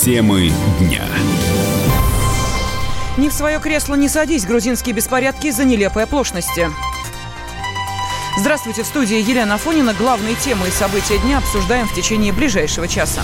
Темы дня. Не в свое кресло не садись. Грузинские беспорядки из-за нелепой оплошности. Здравствуйте, в студии Елена Афонина. Главные темы и события дня обсуждаем в течение ближайшего часа.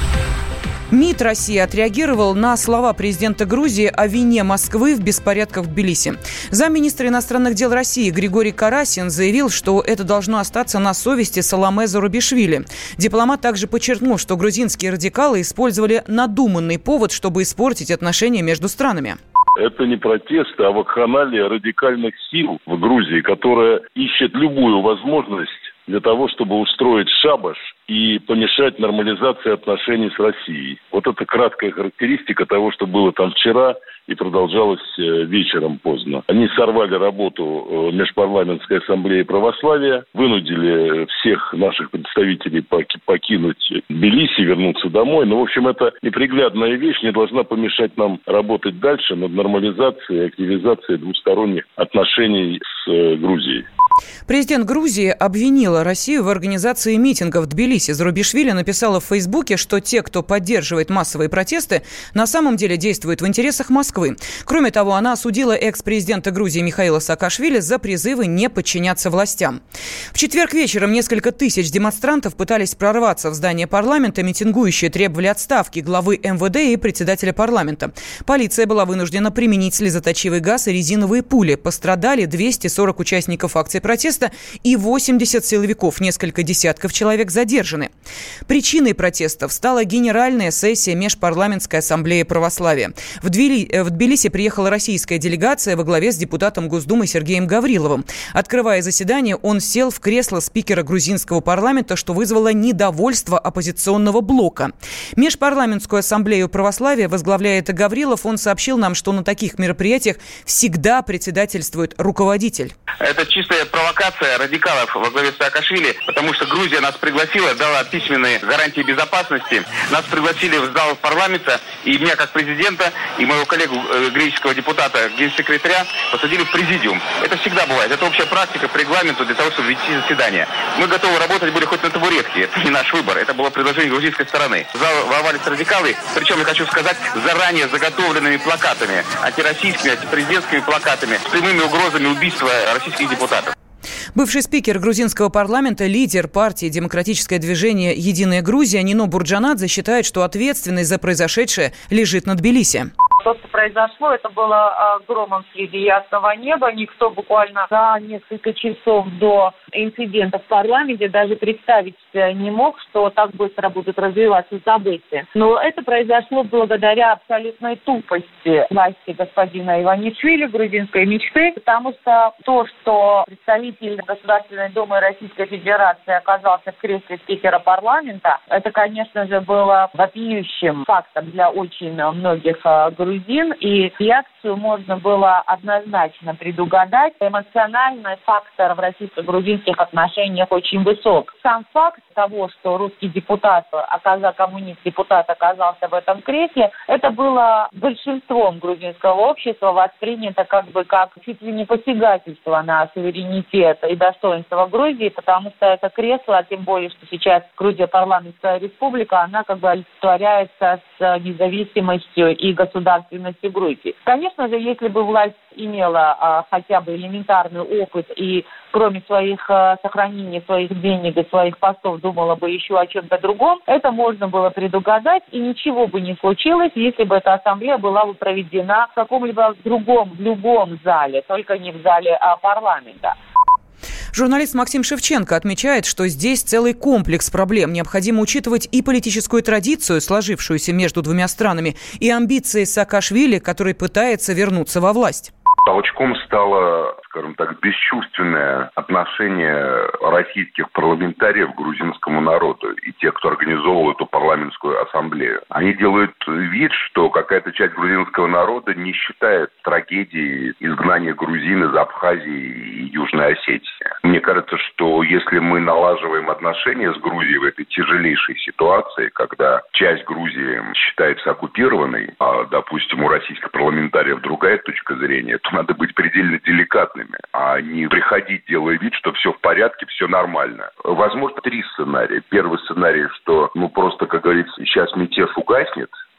МИД России отреагировал на слова президента Грузии о вине Москвы в беспорядках в Тбилиси. Замминистра иностранных дел России Григорий Карасин заявил, что это должно остаться на совести Саломе Зурабишвили. Дипломат также подчеркнул, что грузинские радикалы использовали надуманный повод, чтобы испортить отношения между странами. Это не протесты, а вакханалия радикальных сил в Грузии, которая ищет любую возможность для того, чтобы устроить шабаш и помешать нормализации отношений с Россией. Вот это краткая характеристика того, что было там вчера и продолжалось вечером поздно. Они сорвали работу Межпарламентской ассамблеи православия, вынудили всех наших представителей покинуть Тбилиси, вернуться домой. Но, в общем, это неприглядная вещь, не должна помешать нам работать дальше над нормализацией и активизацией двусторонних отношений с Грузией. Президент Грузии обвинила Россию в организации митингов в Тбилиси. Зурабишвили написала в Фейсбуке, что те, кто поддерживает массовые протесты, на самом деле действуют в интересах Москвы. Кроме того, она осудила экс-президента Грузии Михаила Саакашвили за призывы не подчиняться властям. В четверг вечером несколько тысяч демонстрантов пытались прорваться в здание парламента. Митингующие требовали отставки главы МВД и председателя парламента. Полиция была вынуждена применить слезоточивый газ и резиновые пули. Пострадали 240 участников акции протеста и 80 силовиков. Несколько десятков человек задержаны. Причиной протестов стала генеральная сессия Межпарламентской ассамблеи православия. В Тбилиси приехала российская делегация во главе с депутатом Госдумы Сергеем Гавриловым. Открывая заседание, он сел в кресло спикера грузинского парламента, что вызвало недовольство оппозиционного блока. Межпарламентскую ассамблею православия возглавляет Гаврилов. Он сообщил нам, что на таких мероприятиях всегда председательствует руководитель. Это чистая провокация радикалов во главе с Саакашвили, потому что Грузия нас пригласила, дала письменные гарантии безопасности. Нас пригласили в зал парламента, и меня как президента, и моего коллегу греческого депутата, генсекретаря, посадили в президиум. Это всегда бывает. Это общая практика по регламенту для того, чтобы вести заседание. Мы готовы работать были хоть на табуретке. Это не наш выбор. Это было предложение грузинской стороны. В зал ворвались радикалы, причем, я хочу сказать, заранее заготовленными плакатами, антироссийскими, антипрезидентскими плакатами, с прямыми угрозами убийства российских депутатов. Бывший спикер грузинского парламента, лидер партии «Демократическое движение «Единая Грузия» Нино Бурджанадзе считает, что ответственность за произошедшее лежит на Тбилиси. То, что произошло, это было громом среди ясного неба. Никто буквально за несколько часов до инцидента в парламенте даже представить не мог, что так быстро будут развиваться события. Но это произошло благодаря абсолютной тупости власти господина Иванишвили, грузинской мечты, потому что то, что представитель Государственной Думы Российской Федерации оказался в кресле спикера парламента, это, конечно же, было вопиющим фактом для очень многих грузин, и реакцию можно было однозначно предугадать. Эмоциональный фактор в российско-грузинских отношениях очень высок. Сам факт того, что русский депутат, коммунист-депутат оказался в этом кресле, это было большинством грузинского общества воспринято как чуть ли не посягательство на суверенитет и достоинство Грузии, потому что это кресло, тем более, что сейчас Грузия парламентская республика, она олицетворяется с независимостью и государственностью Грузии. Конечно же, если бы власть имела хотя бы элементарный опыт и кроме сохранения своих денег и своих постов думала бы еще о чем-то другом, это можно было предугадать, и ничего бы не случилось, если бы эта ассамблея была бы проведена в каком-либо другом, в любом зале, только не в зале парламента. Журналист Максим Шевченко отмечает, что здесь целый комплекс проблем. Необходимо учитывать и политическую традицию, сложившуюся между двумя странами, и амбиции Саакашвили, который пытается вернуться во власть. Толчком стало, скажем так, бесчувственное отношение российских парламентариев к грузинскому народу и тех, кто организовывал эту парламентскую ассамблею. Они делают вид, что какая-то часть грузинского народа не считает трагедией изгнания грузин из Абхазии и Южной Осетии. Мне кажется, что если мы налаживаем отношения с Грузией в этой тяжелейшей ситуации, когда часть Грузии считается оккупированной, а, допустим, у российских парламентариев другая точка зрения, то надо быть предельно деликатными, а не приходить, делая вид, что все в порядке, все нормально. Возможно, 3 сценария. Первый сценарий, что, просто, как говорится, сейчас мятеж угаснет,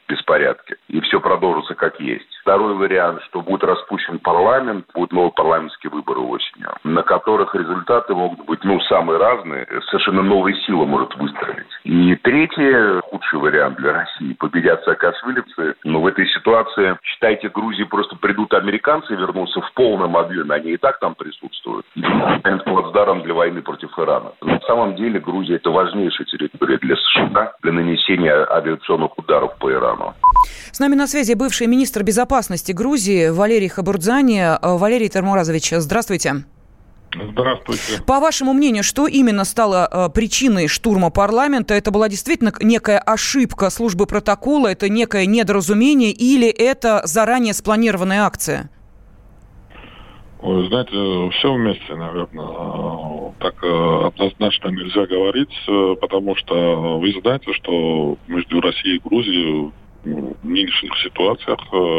беспорядки, и все продолжится как есть. Второй вариант, что будет распущен парламент, будут новые парламентские выборы осенью, на которых результаты могут быть, самые разные, совершенно новая сила может выстрелить. И третий, худший вариант для России, победят саакашвилевцы, но в этой ситуации, считайте, Грузии просто придут американцы и вернутся в полном объеме, они и так там присутствуют, станет плацдармом для войны против Ирана. На самом деле Грузия это важнейшая территория для США, для нанесения авиационных ударов по Ирану. С нами на связи бывший министр безопасности Грузии Валерий Хабурдзяни. Валерий Таймуразович, здравствуйте. Здравствуйте. По вашему мнению, что именно стало причиной штурма парламента? Это была действительно некая ошибка службы протокола, это некое недоразумение или это заранее спланированная акция? Вы знаете, все вместе, наверное. Так однозначно нельзя говорить, потому что вы знаете, что между Россией и Грузией в нынешних ситуациях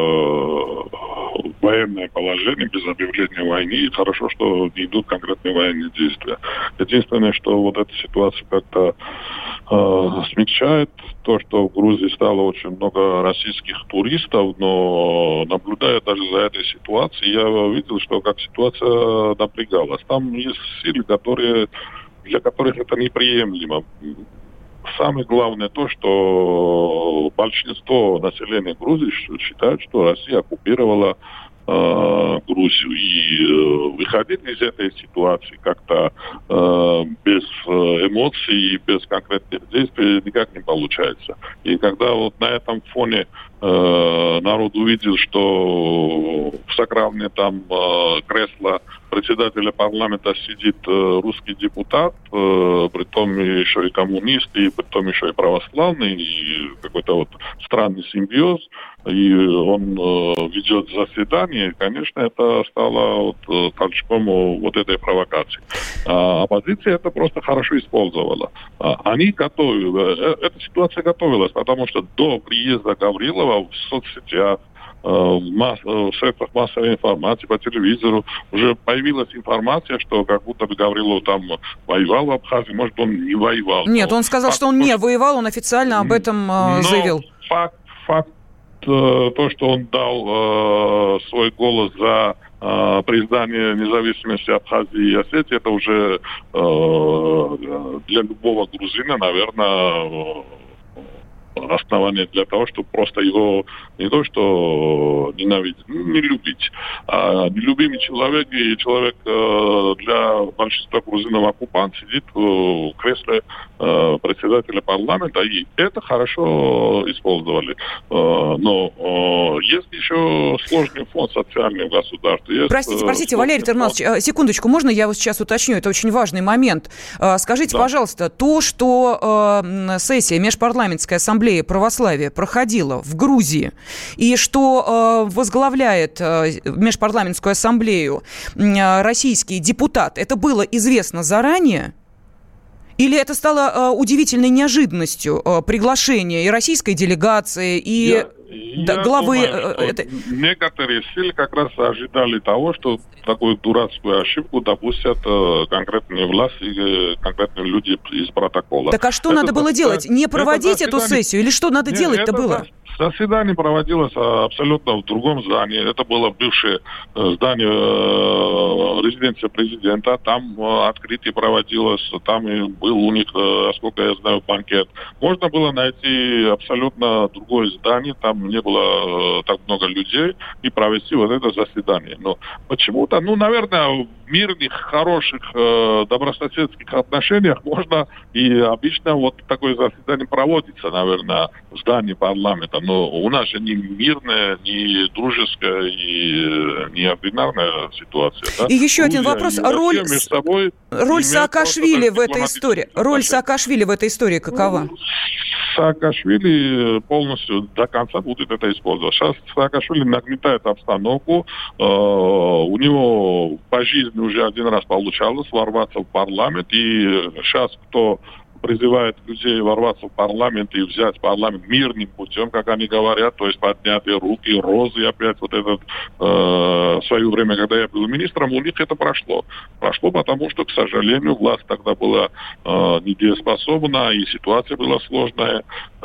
военное положение без объявления войны, и хорошо, что не идут конкретные военные действия. Единственное, что вот эта ситуация как-то смягчает то, что в Грузии стало очень много российских туристов, но наблюдая даже за этой ситуацией, я видел, что как ситуация напрягалась. Там есть силы, для которых это неприемлемо. Самое главное то, что большинство населения Грузии считают, что Россия оккупировала Грузию. И выходить из этой ситуации как-то без эмоций, без конкретных действий никак не получается. И когда вот на этом фоне народ увидел, что в сакральное там кресло председателя парламента сидит русский депутат, притом еще и коммунист, и притом еще и православный, и какой-то вот странный симбиоз, и он ведет заседание, конечно, это стало вот толчком вот этой провокации. Оппозиция это просто хорошо использовала. Они готовили, эта ситуация готовилась, потому что до приезда Гаврилова в соцсетях, в средствах массовой информации, по телевизору уже появилась информация, что как будто бы Гаврилов там воевал в Абхазии, может, он не воевал. Нет, он сказал, что он не воевал, он официально об этом заявил. Факт то, что он дал свой голос за признание независимости Абхазии и Осетии, это уже для любого грузина, наверное, основание для того, чтобы просто его не то что ненавидеть, не любить. А нелюбимый человек и человек для большинства грузинов оккупант сидит в кресле председателя парламента, и это хорошо использовали. Но есть еще сложный фон социальный в государстве. Простите, Валерий Таймуразович, секундочку, можно я вот сейчас уточню? Это очень важный момент. Скажите, пожалуйста, то, что сессия межпарламентской ассамблеи православия проходила в Грузии, и что возглавляет межпарламентскую ассамблею российский депутат, это было известно заранее? Или это стало удивительной неожиданностью приглашения и российской делегации, и главы... Думаю, некоторые силы как раз ожидали того, что такую дурацкую ошибку допустят конкретные власти, конкретные люди из протокола. Так а что надо было делать? Не проводить эту сессию? Или что надо делать-то было? Заседание проводилось абсолютно в другом здании. Это было бывшее здание резиденции президента. Там открытие проводилось, там и был у них, насколько я знаю, банкет. Можно было найти абсолютно другое здание, там не было так много людей, и провести вот это заседание. Но почему-то, наверное, в мирных, хороших, добрососедских отношениях можно и обычно вот такое заседание проводится, наверное, в здании парламента. Но у нас же не мирная, не дружеская и не ординарная ситуация. Да? И еще один вопрос. Роль Саакашвили в этой истории. Роль Саакашвили в этой истории какова? Саакашвили полностью до конца будет это использовать. Сейчас Саакашвили нагнетает обстановку. У него по жизни уже один раз получалось ворваться в парламент. И сейчас кто призывает людей ворваться в парламент и взять парламент мирным путем, как они говорят, то есть поднятые руки, розы опять вот этот в свое время, когда я был министром, у них это прошло. Прошло потому, что, к сожалению, власть тогда была недееспособна, и ситуация была сложная.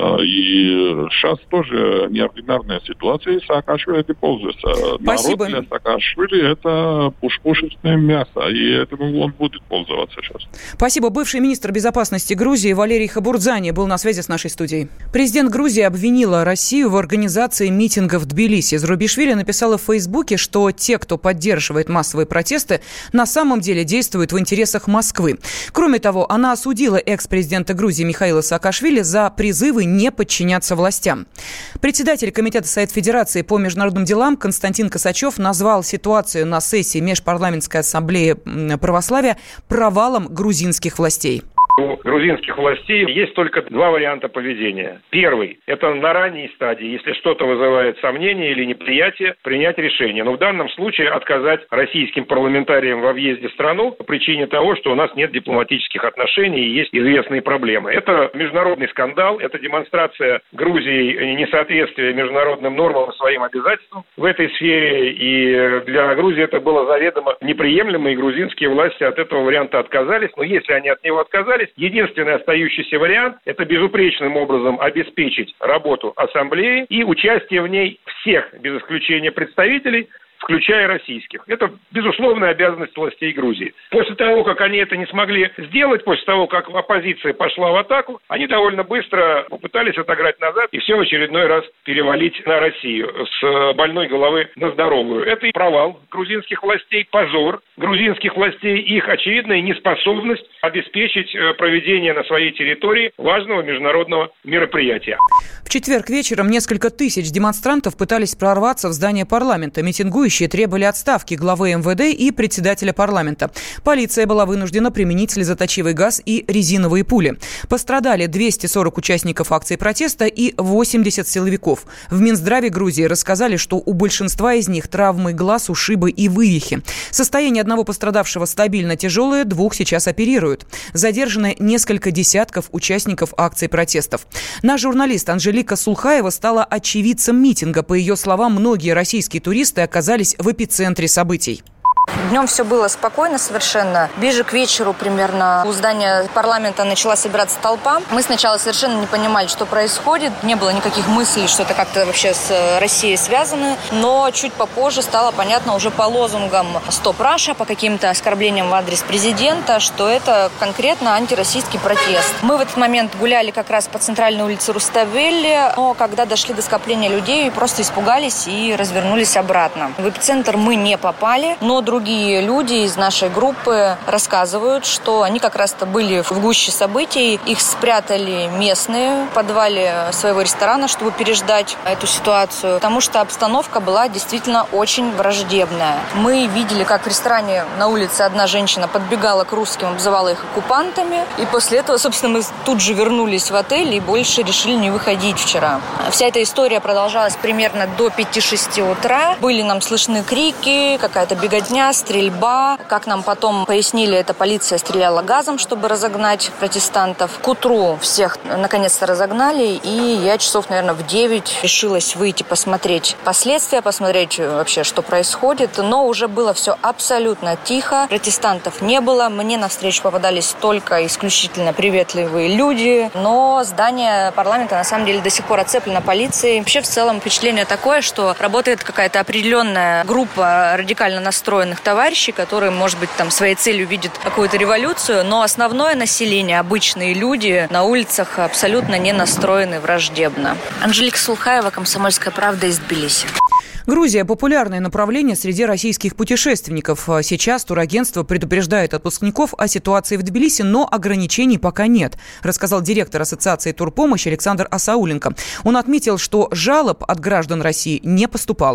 И сейчас тоже неординарная ситуация, и Саакашвили этим пользуется. Спасибо. Народ для Саакашвили это пушечное мясо, и этим он будет пользоваться сейчас. Спасибо. Бывший министр безопасности Грузии Валерий Хабурдзани был на связи с нашей студией. Президент Грузии обвинила Россию в организации митингов в Тбилиси. Зурабишвили написала в Фейсбуке, что те, кто поддерживает массовые протесты, на самом деле действуют в интересах Москвы. Кроме того, она осудила экс-президента Грузии Михаила Саакашвили за призывы не подчиняться властям. Председатель Комитета Совета Федерации по международным делам Константин Косачев назвал ситуацию на сессии Межпарламентской ассамблеи православия провалом грузинских властей. У грузинских властей есть только два варианта поведения. Первый – это на ранней стадии, если что-то вызывает сомнение или неприятие, принять решение. Но в данном случае отказать российским парламентариям во въезде в страну по причине того, что у нас нет дипломатических отношений и есть известные проблемы. Это международный скандал, это демонстрация Грузии несоответствия международным нормам и своим обязательствам в этой сфере. И для Грузии это было заведомо неприемлемо, и грузинские власти от этого варианта отказались. Но если они от него отказались, единственный остающийся вариант – это безупречным образом обеспечить работу ассамблеи и участие в ней всех, без исключения представителей, включая российских. Это безусловная обязанность властей Грузии. После того, как они это не смогли сделать, после того, как оппозиция пошла в атаку, они довольно быстро попытались отыграть назад и все в очередной раз перевалить на Россию с больной головы на здоровую. Это и провал грузинских властей, позор грузинских властей, их очевидная неспособность обеспечить проведение на своей территории важного международного мероприятия. В четверг вечером несколько тысяч демонстрантов пытались прорваться в здание парламента. Митингующие требовали отставки главы МВД и председателя парламента. Полиция была вынуждена применить слезоточивый газ и резиновые пули. Пострадали 240 участников акции протеста и 80 силовиков. В Минздраве Грузии рассказали, что у большинства из них травмы глаз, ушибы и вывихи. Состояние одного пострадавшего стабильно тяжелое, двух сейчас оперируют. Задержаны несколько десятков участников акций протестов. Наш журналист Анжелика Сулхаева стала очевидцем митинга. По ее словам, многие российские туристы оказались в эпицентре событий. Днем все было спокойно совершенно. Ближе к вечеру примерно у здания парламента начала собираться толпа. Мы сначала совершенно не понимали, что происходит. Не было никаких мыслей, что это как-то вообще с Россией связано. Но чуть попозже стало понятно уже по лозунгам «Стоп Раша», по каким-то оскорблениям в адрес президента, что это конкретно антироссийский протест. Мы в этот момент гуляли как раз по центральной улице Руставели, но когда дошли до скопления людей, просто испугались и развернулись обратно. В эпицентр мы не попали, но другие люди из нашей группы рассказывают, что они как раз-то были в гуще событий. Их спрятали местные в подвале своего ресторана, чтобы переждать эту ситуацию, потому что обстановка была действительно очень враждебная. Мы видели, как в ресторане на улице одна женщина подбегала к русским, обзывала их оккупантами. И после этого, собственно, мы тут же вернулись в отель и больше решили не выходить вчера. Вся эта история продолжалась примерно до 5-6 утра. Были нам слышны крики, какая-то беготня, стрельба. Как нам потом пояснили, эта полиция стреляла газом, чтобы разогнать протестантов. К утру всех наконец-то разогнали, и я часов, наверное, в 9 решилась выйти посмотреть последствия, посмотреть вообще, что происходит. Но уже было все абсолютно тихо. Протестантов не было. Мне навстречу попадались только исключительно приветливые люди. Но здание парламента на самом деле до сих пор оцеплено полицией. Вообще в целом впечатление такое, что работает какая-то определенная группа радикально настроенных товарищей, которые, может быть, там своей целью видят какую-то революцию, но основное население, обычные люди на улицах абсолютно не настроены враждебно. Анжелика Сулхаева, «Комсомольская правда» из Тбилиси. Грузия – популярное направление среди российских путешественников. Сейчас турагентство предупреждает отпускников о ситуации в Тбилиси, но ограничений пока нет, рассказал директор Ассоциации турпомощи Александр Асауленко. Он отметил, что жалоб от граждан России не поступало.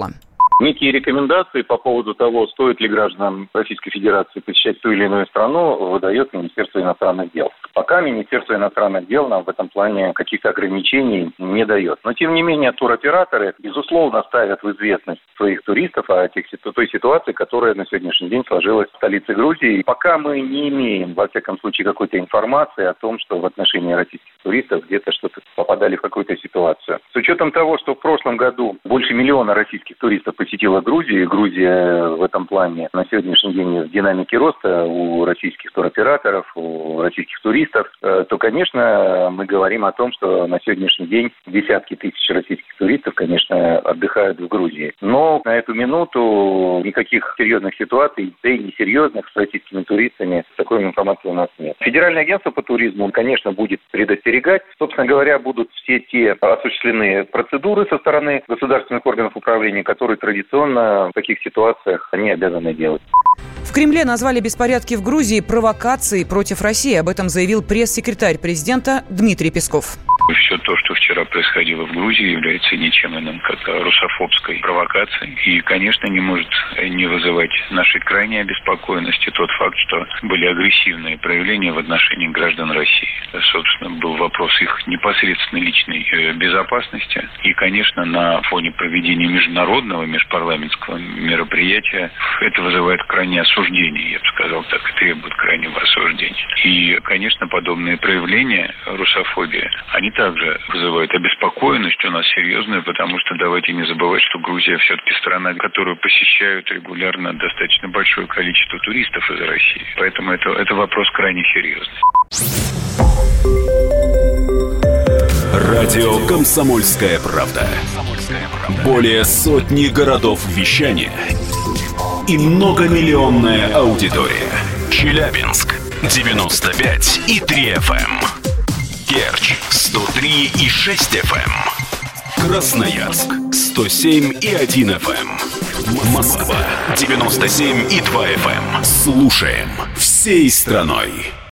Некие рекомендации по поводу того, стоит ли гражданам Российской Федерации посещать ту или иную страну, выдает Министерство иностранных дел. Пока Министерство иностранных дел нам в этом плане каких-то ограничений не дает. Но, тем не менее, туроператоры, безусловно, ставят в известность своих туристов о той ситуации, которая на сегодняшний день сложилась в столице Грузии. И пока мы не имеем, во всяком случае, какой-то информации о том, что в отношении российских туристов где-то что-то попадали в какую-то ситуацию. С учетом того, что в прошлом году больше 1 миллиона российских туристов посетила Грузию, и Грузия в этом плане на сегодняшний день в динамике роста у российских туроператоров, у российских туристов, то, конечно, мы говорим о том, что на сегодняшний день десятки тысяч российских туристов, конечно, отдыхают в Грузии. Но на эту минуту никаких серьезных ситуаций, да и несерьезных с российскими туристами, такой информации у нас нет. Федеральное агентство по туризму, конечно, будет предостерегать. Собственно говоря, будут все те осуществлены процедуры со стороны государственных органов управления, которые традиционно в таких ситуациях они обязаны делать. В Кремле назвали беспорядки в Грузии провокацией против России. Об этом заявил пресс-секретарь президента Дмитрий Песков. Все то, что вчера происходило в Грузии, является ничем иным, как русофобской провокацией. И, конечно, не может не вызывать нашей крайней обеспокоенности тот факт, что были агрессивные проявления в отношении граждан России. Собственно, был вопрос их непосредственной личной безопасности. И, конечно, на фоне проведения международного межпарламентского мероприятия это вызывает крайнее осуждение, я бы сказал так, и требует крайнего осуждения. И, конечно, подобные проявления русофобии, они также вызывают обеспокоенность у нас серьезную, потому что давайте не забывать, что Грузия все-таки страна, которую посещают регулярно достаточно большое количество туристов из России. Поэтому это вопрос крайне серьезный. Радио «Комсомольская правда». Более сотни городов вещания и многомиллионная аудитория. Челябинск 95,3 FM. Керчь 103,6 FM. Красноярск 107,1 FM. Москва 97,2 FM. Слушаем всей страной.